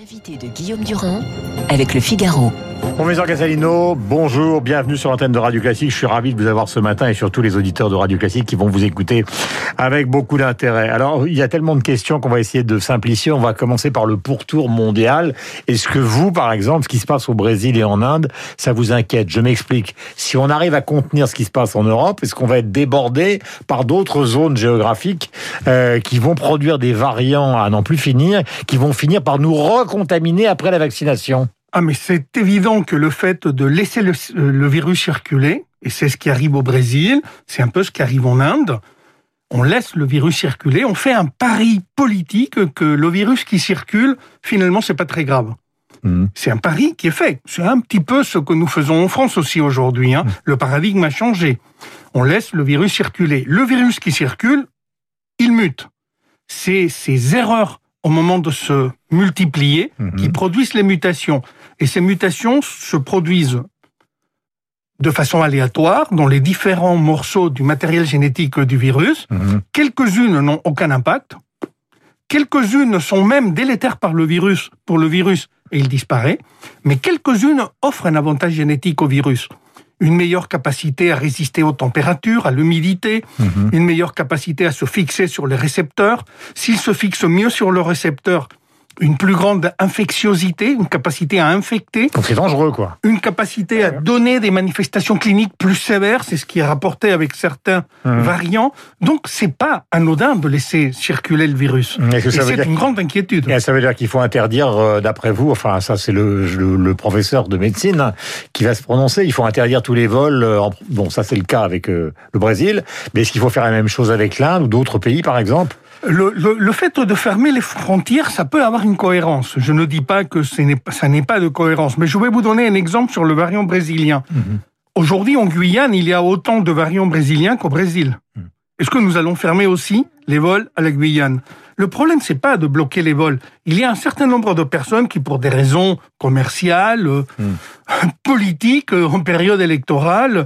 L'invité de Guillaume Durand avec Le Figaro. Professeur Casalino, bonjour, bienvenue sur l'antenne de Radio Classique. Je suis ravi de vous avoir ce matin et surtout les auditeurs de Radio Classique qui vont vous écouter avec beaucoup d'intérêt. Alors, il y a tellement de questions qu'on va essayer de simplifier. On va commencer par le pourtour mondial. Est-ce que vous, par exemple, ce qui se passe au Brésil et en Inde, ça vous inquiète? Je m'explique. Si on arrive à contenir ce qui se passe en Europe, est-ce qu'on va être débordé par d'autres zones géographiques qui vont produire des variants à n'en plus finir, qui vont finir par nous recontaminer après la vaccination? Ah, mais c'est évident que le fait de laisser le virus circuler, et c'est ce qui arrive au Brésil, c'est un peu ce qui arrive en Inde, on laisse le virus circuler, on fait un pari politique que le virus qui circule, finalement, c'est pas très grave. C'est un pari qui est fait. C'est un petit peu ce que nous faisons en France aussi aujourd'hui. Le paradigme a changé. On laisse le virus circuler. Le virus qui circule, il mute. C'est ces erreurs au moment de se multiplier, qui produisent les mutations. Et ces mutations se produisent de façon aléatoire dans les différents morceaux du matériel génétique du virus. Quelques-unes n'ont aucun impact. Quelques-unes sont même délétères pour le virus, et il disparaît. Mais quelques-unes offrent un avantage génétique au virus. Une meilleure capacité à résister aux températures, à l'humidité, une meilleure capacité à se fixer sur les récepteurs. S'il se fixe mieux sur le récepteur, une plus grande infectiosité, une capacité à infecter. Donc c'est dangereux, quoi. Une capacité à donner des manifestations cliniques plus sévères, c'est ce qui est rapporté avec certains variants. Donc c'est pas anodin de laisser circuler le virus. Et c'est une grande inquiétude. Et ça veut dire qu'il faut interdire, d'après vous, enfin ça c'est le professeur de médecine qui va se prononcer, il faut interdire tous les vols, bon ça c'est le cas avec le Brésil, mais est-ce qu'il faut faire la même chose avec l'Inde ou d'autres pays par exemple ? Le fait de fermer les frontières, ça peut avoir une cohérence. Je ne dis pas que ça n'est pas de cohérence, mais je vais vous donner un exemple sur le variant brésilien. Aujourd'hui, en Guyane, il y a autant de variants brésiliens qu'au Brésil. Est-ce que nous allons fermer aussi les vols à la Guyane? Le problème, c'est pas de bloquer les vols. Il y a un certain nombre de personnes qui, pour des raisons commerciales, politiques, en période électorale,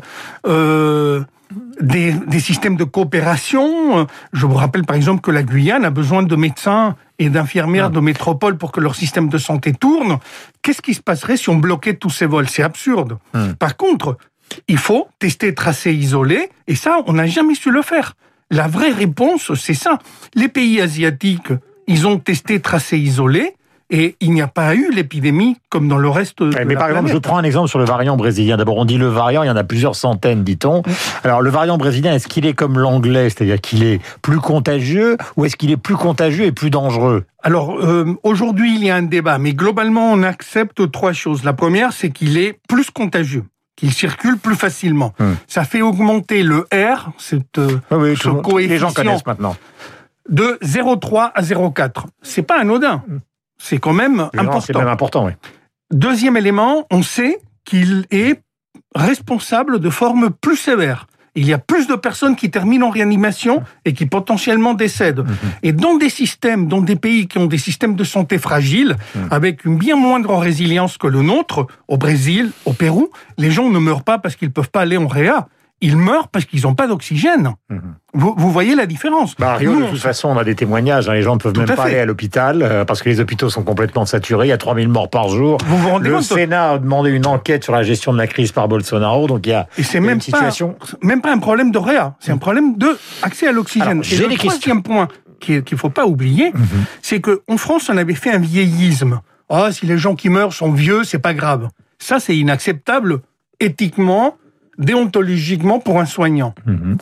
des systèmes de coopération. Je vous rappelle par exemple que la Guyane a besoin de médecins et d'infirmières de métropole pour que leur système de santé tourne. Qu'est-ce qui se passerait si on bloquait tous ces vols? C'est absurde. Par contre, il faut tester, tracer, isoler, et ça, on n'a jamais su le faire. La vraie réponse, c'est ça. Les pays asiatiques, ils ont testé, tracé, isolé, et il n'y a pas eu l'épidémie comme dans le reste de la planète. Mais par exemple, je prends un exemple sur le variant brésilien. D'abord, on dit le variant, il y en a plusieurs centaines, dit-on. Alors, le variant brésilien, est-ce qu'il est comme l'anglais, c'est-à-dire qu'il est plus contagieux, ou est-ce qu'il est plus contagieux et plus dangereux? Alors, aujourd'hui, il y a un débat, mais globalement, on accepte trois choses. La première, c'est qu'il est plus contagieux, qu'il circule plus facilement. Ça fait augmenter le R, ce coefficient, les gens connaissent maintenant, de 0,3 à 0,4. C'est pas anodin. C'est quand même important. C'est même important, oui. Deuxième élément, on sait qu'il est responsable de formes plus sévères. Il y a plus de personnes qui terminent en réanimation et qui potentiellement décèdent. Et dans des pays qui ont des systèmes de santé fragiles, avec une bien moindre résilience que le nôtre, au Brésil, au Pérou, les gens ne meurent pas parce qu'ils ne peuvent pas aller en réa. Ils meurent parce qu'ils n'ont pas d'oxygène. Vous voyez la différence? À Rio, de toute façon, on a des témoignages. Les gens ne peuvent même pas aller à l'hôpital parce que les hôpitaux sont complètement saturés. Il y a 3000 morts par jour. Le Sénat a demandé une enquête sur la gestion de la crise par Bolsonaro. Donc il y a une situation... même pas un problème de réa. C'est un problème d'accès à l'oxygène. Et le troisième point qu'il ne faut pas oublier, c'est qu'en France, on avait fait un vieillisme. Si les gens qui meurent sont vieux, c'est pas grave. Ça, c'est inacceptable éthiquement, déontologiquement pour un soignant.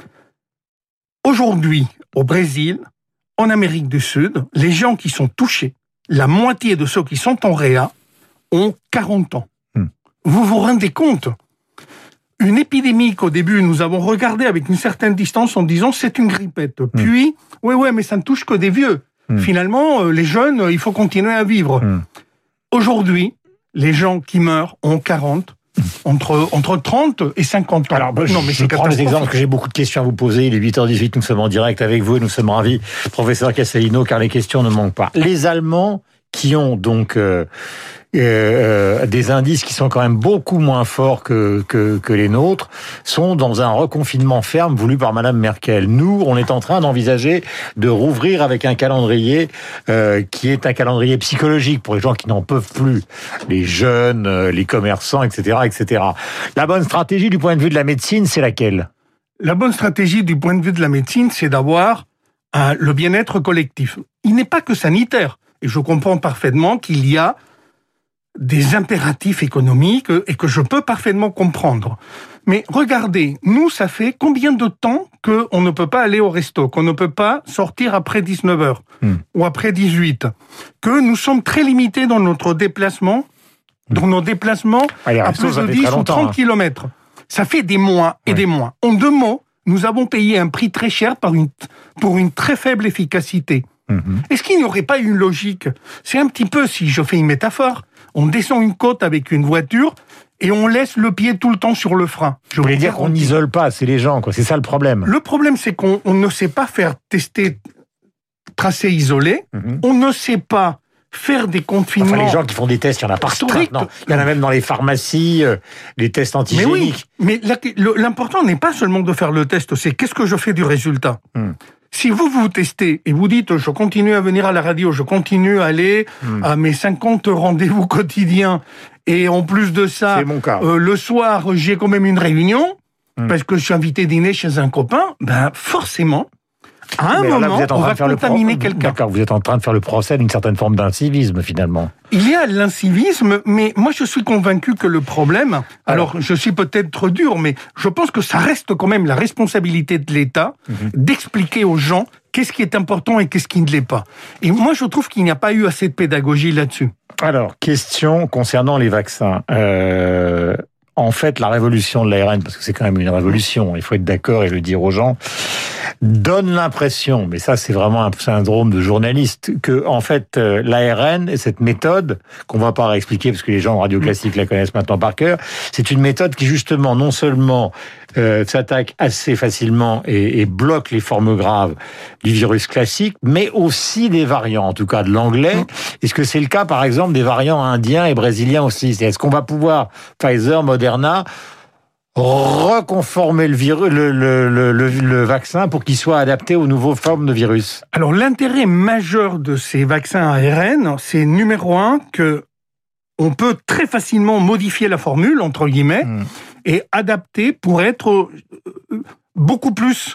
Aujourd'hui, au Brésil, en Amérique du Sud, les gens qui sont touchés, la moitié de ceux qui sont en réa, ont 40 ans. Vous vous rendez compte? Une épidémie qu'au début, nous avons regardé avec une certaine distance en disant c'est une grippette. Puis, mais ça ne touche que des vieux. Finalement, les jeunes, il faut continuer à vivre. Aujourd'hui, les gens qui meurent ont 40, entre 30 et 50 ans. Alors, je prends les exemples parce que j'ai beaucoup de questions à vous poser. Il est 8h18, nous sommes en direct avec vous et nous sommes ravis, professeur Casalino, car les questions ne manquent pas. Les Allemands qui ont donc des indices qui sont quand même beaucoup moins forts que les nôtres, sont dans un reconfinement ferme voulu par Madame Merkel. Nous, on est en train d'envisager de rouvrir avec un calendrier qui est un calendrier psychologique pour les gens qui n'en peuvent plus, les jeunes, les commerçants, etc., etc. La bonne stratégie du point de vue de la médecine, c'est laquelle ? La bonne stratégie du point de vue de la médecine, c'est d'avoir le bien-être collectif. Il n'est pas que sanitaire. Et je comprends parfaitement qu'il y a des impératifs économiques et que je peux parfaitement comprendre. Mais regardez, nous, ça fait combien de temps qu'on ne peut pas aller au resto, qu'on ne peut pas sortir après 19h ou après 18, que nous sommes très limités dans notre déplacement, dans nos déplacements à plus de 10 ou 30 kilomètres. Ça fait des mois et des mois. En 2 mots, nous avons payé un prix très cher pour une très faible efficacité. Est-ce qu'il n'y aurait pas une logique ? C'est un petit peu, si je fais une métaphore, on descend une côte avec une voiture et on laisse le pied tout le temps sur le frein. Je voulais dire qu'on n'isole pas, c'est les gens, quoi. C'est ça le problème. Le problème, c'est qu'on ne sait pas faire tester tracé isolé, on ne sait pas faire des confinements. Enfin, les gens qui font des tests, il y en a partout maintenant. Il y en a même dans les pharmacies, les tests antigéniques. Mais l'important n'est pas seulement de faire le test, c'est qu'est-ce que je fais du résultat. Si vous testez et vous dites je continue à venir à la radio, je continue à aller à mes 50 rendez-vous quotidiens et en plus de ça, c'est mon cas. Le soir j'ai quand même une réunion parce que je suis invité dîner chez un copain, ben forcément à un moment, on va contaminer quelqu'un. D'accord, vous êtes en train de faire le procès d'une certaine forme d'incivisme, finalement. Il y a l'incivisme, mais moi je suis convaincu que le problème, alors je suis peut-être dur, mais je pense que ça reste quand même la responsabilité de l'État d'expliquer aux gens qu'est-ce qui est important et qu'est-ce qui ne l'est pas. Et moi je trouve qu'il n'y a pas eu assez de pédagogie là-dessus. Alors, question concernant les vaccins. En fait, la révolution de l'ARN, parce que c'est quand même une révolution, il faut être d'accord et le dire aux gens, donne l'impression, mais ça c'est vraiment un syndrome de journaliste, que en fait l'ARN, cette méthode, qu'on va pas réexpliquer parce que les gens en radio classique la connaissent maintenant par cœur, c'est une méthode qui justement non seulement s'attaque assez facilement et bloque les formes graves du virus classique, mais aussi des variants, en tout cas de l'anglais. Est-ce que c'est le cas par exemple des variants indiens et brésiliens aussi ? Est-ce qu'on va pouvoir, Pfizer, Moderna, reconformer le vaccin pour qu'il soit adapté aux nouvelles formes de virus? Alors l'intérêt majeur de ces vaccins ARN, c'est numéro 1 que on peut très facilement modifier la formule, entre guillemets, et adapter pour être beaucoup plus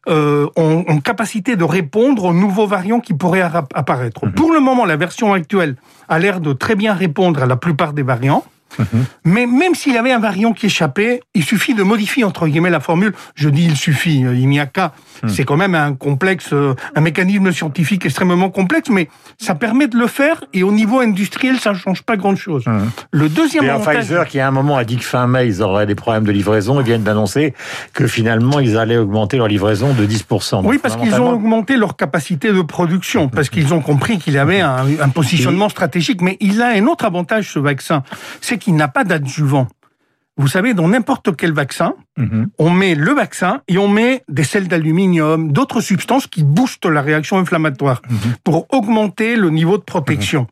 en capacité de répondre aux nouveaux variants qui pourraient apparaître. Pour le moment, la version actuelle a l'air de très bien répondre à la plupart des variants. Mais même s'il y avait un variant qui échappait, il suffit de modifier entre guillemets la formule. Je dis il suffit, il n'y a qu'à. C'est quand même un complexe, un mécanisme scientifique extrêmement complexe, mais ça permet de le faire et au niveau industriel, ça ne change pas grand-chose. Le deuxième avantage... Pfizer, qui à un moment a dit que fin mai, ils auraient des problèmes de livraison, ils viennent d'annoncer que finalement, ils allaient augmenter leur livraison de 10%. Donc, oui, parce qu'ils ont augmenté leur capacité de production, parce qu'ils ont compris qu'il y avait un positionnement stratégique. Mais il a un autre avantage, ce vaccin, c'est qu'il n'a pas d'adjuvant. Vous savez, dans n'importe quel vaccin, on met le vaccin et on met des sels d'aluminium, d'autres substances qui boostent la réaction inflammatoire pour augmenter le niveau de protection.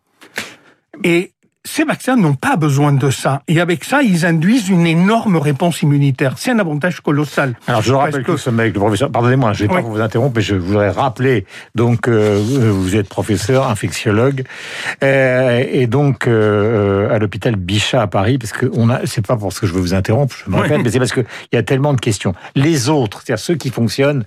Et ces vaccins n'ont pas besoin de ça. Et avec ça, ils induisent une énorme réponse immunitaire. C'est un avantage colossal. Alors, je rappelle que nous sommes avec le professeur... Pardonnez-moi, je ne vais pas vous interrompre, mais je voudrais rappeler, donc, vous êtes professeur, infectiologue, et donc, à l'hôpital Bichat à Paris, parce que c'est pas parce que je veux vous interrompre, je me répète, mais c'est parce qu'il y a tellement de questions. Les autres, c'est-à-dire ceux qui fonctionnent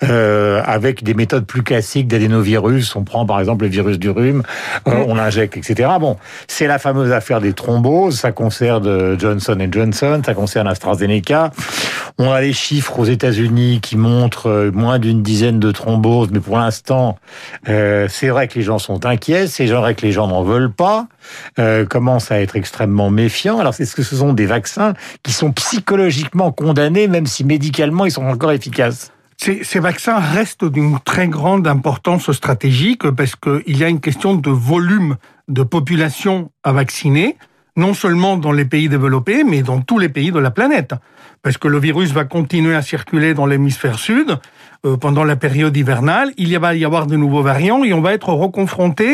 avec des méthodes plus classiques d'adénovirus, on prend par exemple le virus du rhume, on l'injecte, etc. Bon, c'est la fameuse affaire des thromboses, ça concerne Johnson & Johnson, ça concerne AstraZeneca. On a les chiffres aux États-Unis qui montrent moins d'une dizaine de thromboses, mais pour l'instant, c'est vrai que les gens sont inquiets, c'est vrai que les gens n'en veulent pas, commencent à être extrêmement méfiants. Alors, est-ce que ce sont des vaccins qui sont psychologiquement condamnés, même si médicalement ils sont encore efficaces ? Ces vaccins restent d'une très grande importance stratégique parce qu'il y a une question de volume de population à vacciner, non seulement dans les pays développés, mais dans tous les pays de la planète. Parce que le virus va continuer à circuler dans l'hémisphère sud pendant la période hivernale. Il va y avoir de nouveaux variants et on va être reconfronté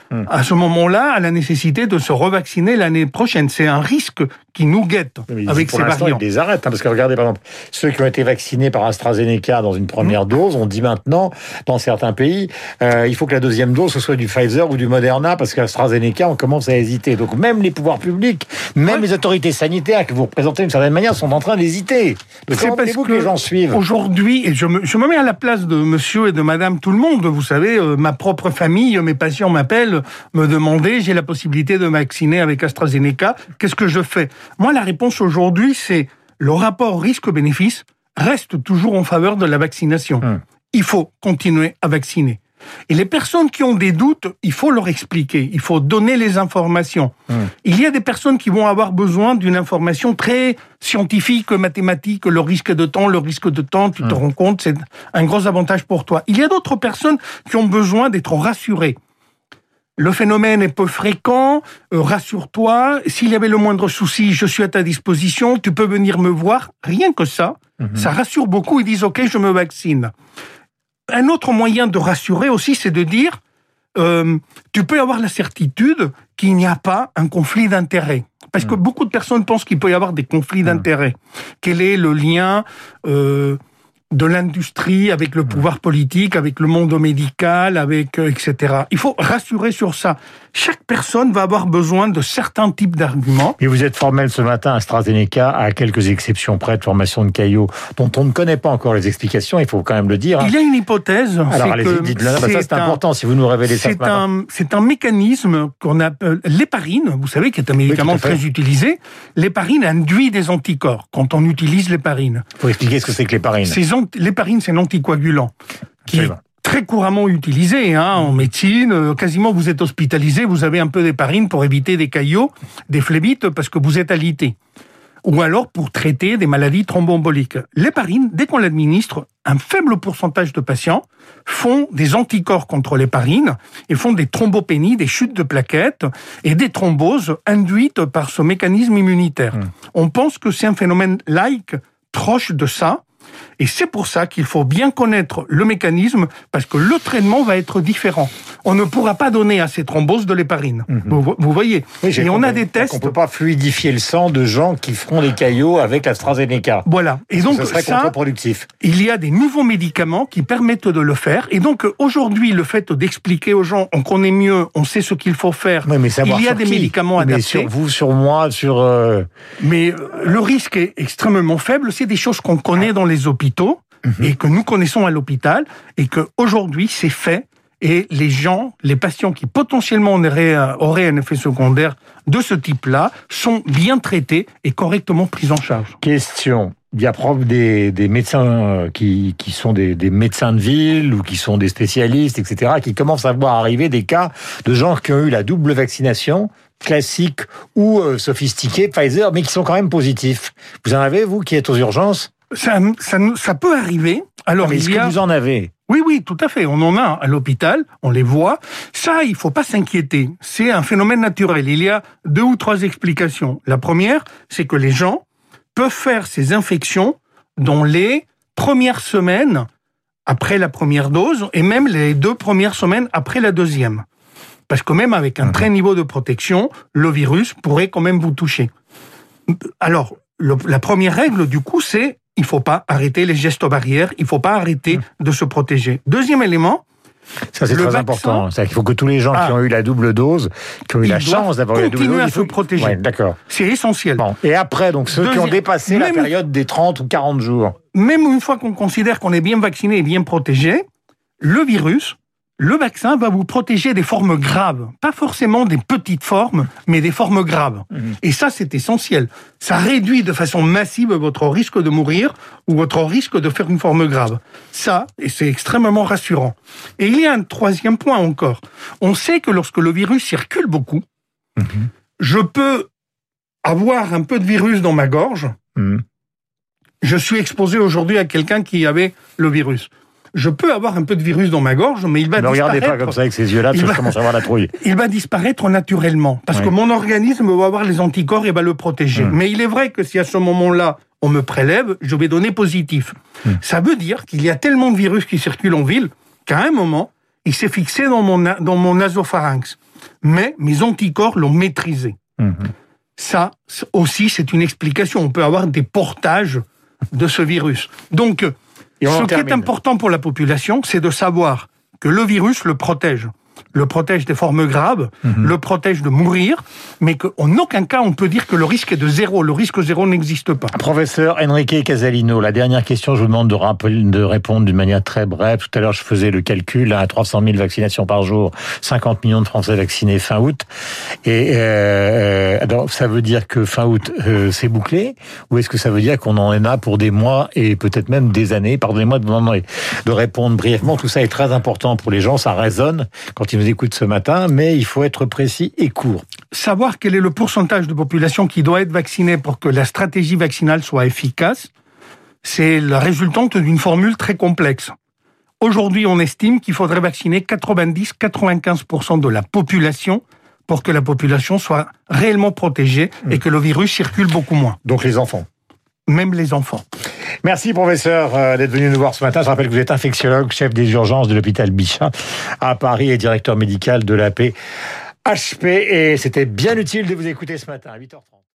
à ce moment-là, à la nécessité de se revacciner l'année prochaine. C'est un risque qui nous guette avec ces variants. Ils les arrêtent, parce que regardez, par exemple, ceux qui ont été vaccinés par AstraZeneca dans une première dose, on dit maintenant, dans certains pays, il faut que la deuxième dose, ce soit du Pfizer ou du Moderna, parce qu'AstraZeneca, on commence à hésiter. Donc même les pouvoirs publics, même les autorités sanitaires que vous représentez d'une certaine manière, sont en train d'hésiter. Comment voulez-vous que les gens suivent ? Aujourd'hui, et je me mets à la place de monsieur et de madame tout le monde, vous savez, ma propre famille, mes patients m'appellent, me demander, j'ai la possibilité de vacciner avec AstraZeneca, qu'est-ce que je fais ? Moi, la réponse aujourd'hui, c'est le rapport risque-bénéfice reste toujours en faveur de la vaccination. Il faut continuer à vacciner. Et les personnes qui ont des doutes, il faut leur expliquer, il faut donner les informations. Il y a des personnes qui vont avoir besoin d'une information très scientifique, mathématique, le risque de temps, tu te rends compte, c'est un gros avantage pour toi. Il y a d'autres personnes qui ont besoin d'être rassurées. Le phénomène est peu fréquent, rassure-toi, s'il y avait le moindre souci, je suis à ta disposition, tu peux venir me voir. Rien que ça, ça rassure beaucoup, ils disent « Ok, je me vaccine ». Un autre moyen de rassurer aussi, c'est de dire tu peux avoir la certitude qu'il n'y a pas un conflit d'intérêts. Parce que beaucoup de personnes pensent qu'il peut y avoir des conflits d'intérêts. Quel est le lien de l'industrie avec le pouvoir politique, avec le monde médical, avec etc. Il faut rassurer sur ça. Chaque personne va avoir besoin de certains types d'arguments. Et vous êtes formel ce matin, AstraZeneca, à quelques exceptions près de formation de caillots, dont on ne connaît pas encore les explications, il faut quand même le dire. Il y a une hypothèse. Alors allez-y, dites-le. Ça c'est important si vous nous révélez ça ce matin. C'est un mécanisme qu'on appelle l'héparine, vous savez, qui est un médicament très utilisé. L'héparine induit des anticorps quand on utilise l'héparine. Il faut expliquer ce que c'est que l'héparine. L'héparine, c'est un anticoagulant qui est très couramment utilisé en médecine. Quasiment, vous êtes hospitalisé, vous avez un peu d'héparine pour éviter des caillots, des phlébites, parce que vous êtes alité. Ou alors pour traiter des maladies thromboemboliques. L'héparine, dès qu'on l'administre, un faible pourcentage de patients font des anticorps contre l'héparine et font des thrombopénies, des chutes de plaquettes et des thromboses induites par ce mécanisme immunitaire. On pense que c'est un phénomène proche de ça. Et c'est pour ça qu'il faut bien connaître le mécanisme, parce que le traitement va être différent. On ne pourra pas donner à ces thromboses de l'héparine. Vous voyez. Oui, et on a des tests. On ne peut pas fluidifier le sang de gens qui feront des caillots avec l'AstraZeneca. Voilà. Et donc, ça serait contre-productif. Il y a des nouveaux médicaments qui permettent de le faire. Et donc, aujourd'hui, le fait d'expliquer aux gens, on connaît mieux, on sait ce qu'il faut faire. Oui, mais il y a des médicaments adaptés. Sur vous, sur moi, sur... Mais le risque est extrêmement faible. C'est des choses qu'on connaît dans les hôpitaux et que nous connaissons à l'hôpital et qu'aujourd'hui, c'est fait. Et les gens, les patients qui potentiellement auraient un effet secondaire de ce type-là sont bien traités et correctement pris en charge. Question. Il y a des médecins qui sont des médecins de ville ou qui sont des spécialistes, etc., qui commencent à voir arriver des cas de gens qui ont eu la double vaccination, classique ou sophistiquée, Pfizer, mais qui sont quand même positifs. Vous en avez, vous, qui êtes aux urgences ? Ça peut arriver. Alors, mais est-ce que vous en avez ? Oui, tout à fait. On en a à l'hôpital, on les voit. Ça, il faut pas s'inquiéter. C'est un phénomène naturel. Il y a 2 ou 3 explications. La première, c'est que les gens peuvent faire ces infections dans les premières semaines après la première dose et même les 2 premières semaines après la deuxième. Parce que même avec un très niveau de protection, le virus pourrait quand même vous toucher. Alors, la première règle, du coup, c'est il ne faut pas arrêter les gestes barrières, il ne faut pas arrêter de se protéger. Deuxième élément, ça c'est très important. C'est qu'il faut que tous les gens qui ont eu la double dose, qui ont eu la chance d'avoir eu la double dose, continuent à se protéger. Ouais, d'accord. C'est essentiel. Bon. Et après, donc ceux qui ont dépassé la période des 30 ou 40 jours. Même une fois qu'on considère qu'on est bien vacciné et bien protégé, le virus, le vaccin va vous protéger des formes graves. Pas forcément des petites formes, mais des formes graves. Et ça, c'est essentiel. Ça réduit de façon massive votre risque de mourir ou votre risque de faire une forme grave. Ça, et c'est extrêmement rassurant. Et il y a un 3e point encore. On sait que lorsque le virus circule beaucoup, je peux avoir un peu de virus dans ma gorge. Je suis exposé aujourd'hui à quelqu'un qui avait le virus. Je peux avoir un peu de virus dans ma gorge, mais il va disparaître. Ne regardez pas comme ça avec ces yeux-là, parce que je commence à avoir la trouille. Il va disparaître naturellement, parce que mon organisme va avoir les anticorps et va le protéger. Mais il est vrai que si à ce moment-là, on me prélève, je vais donner positif. Ça veut dire qu'il y a tellement de virus qui circulent en ville, qu'à un moment, il s'est fixé dans mon nasopharynx. mais mes anticorps l'ont maîtrisé. Ça aussi, c'est une explication. On peut avoir des portages de ce virus. Donc, ce qui est important pour la population, c'est de savoir que le virus le protège des formes graves, le protège de mourir, mais qu'en aucun cas on peut dire que le risque est de zéro. Le risque zéro n'existe pas. Professeur Enrique Casalino, la dernière question, je vous demande de répondre d'une manière très brève. Tout à l'heure, je faisais le calcul à 300 000 vaccinations par jour, 50 millions de Français vaccinés fin août. Et alors, ça veut dire que fin août, c'est bouclé, ou est-ce que ça veut dire qu'on en a pour des mois et peut-être même des années? Pardonnez-moi de répondre brièvement. Tout ça est très important pour les gens, ça résonne quand ils nous écoutent ce matin, mais il faut être précis et court. Savoir quel est le pourcentage de population qui doit être vaccinée pour que la stratégie vaccinale soit efficace, c'est la résultante d'une formule très complexe. Aujourd'hui, on estime qu'il faudrait vacciner 90-95% de la population pour que la population soit réellement protégée et que le virus circule beaucoup moins. Donc les enfants. Même les enfants. Merci professeur d'être venu nous voir ce matin. Je rappelle que vous êtes infectiologue, chef des urgences de l'hôpital Bichat à Paris et directeur médical de l'AP HP. Et c'était bien utile de vous écouter ce matin à 8h30.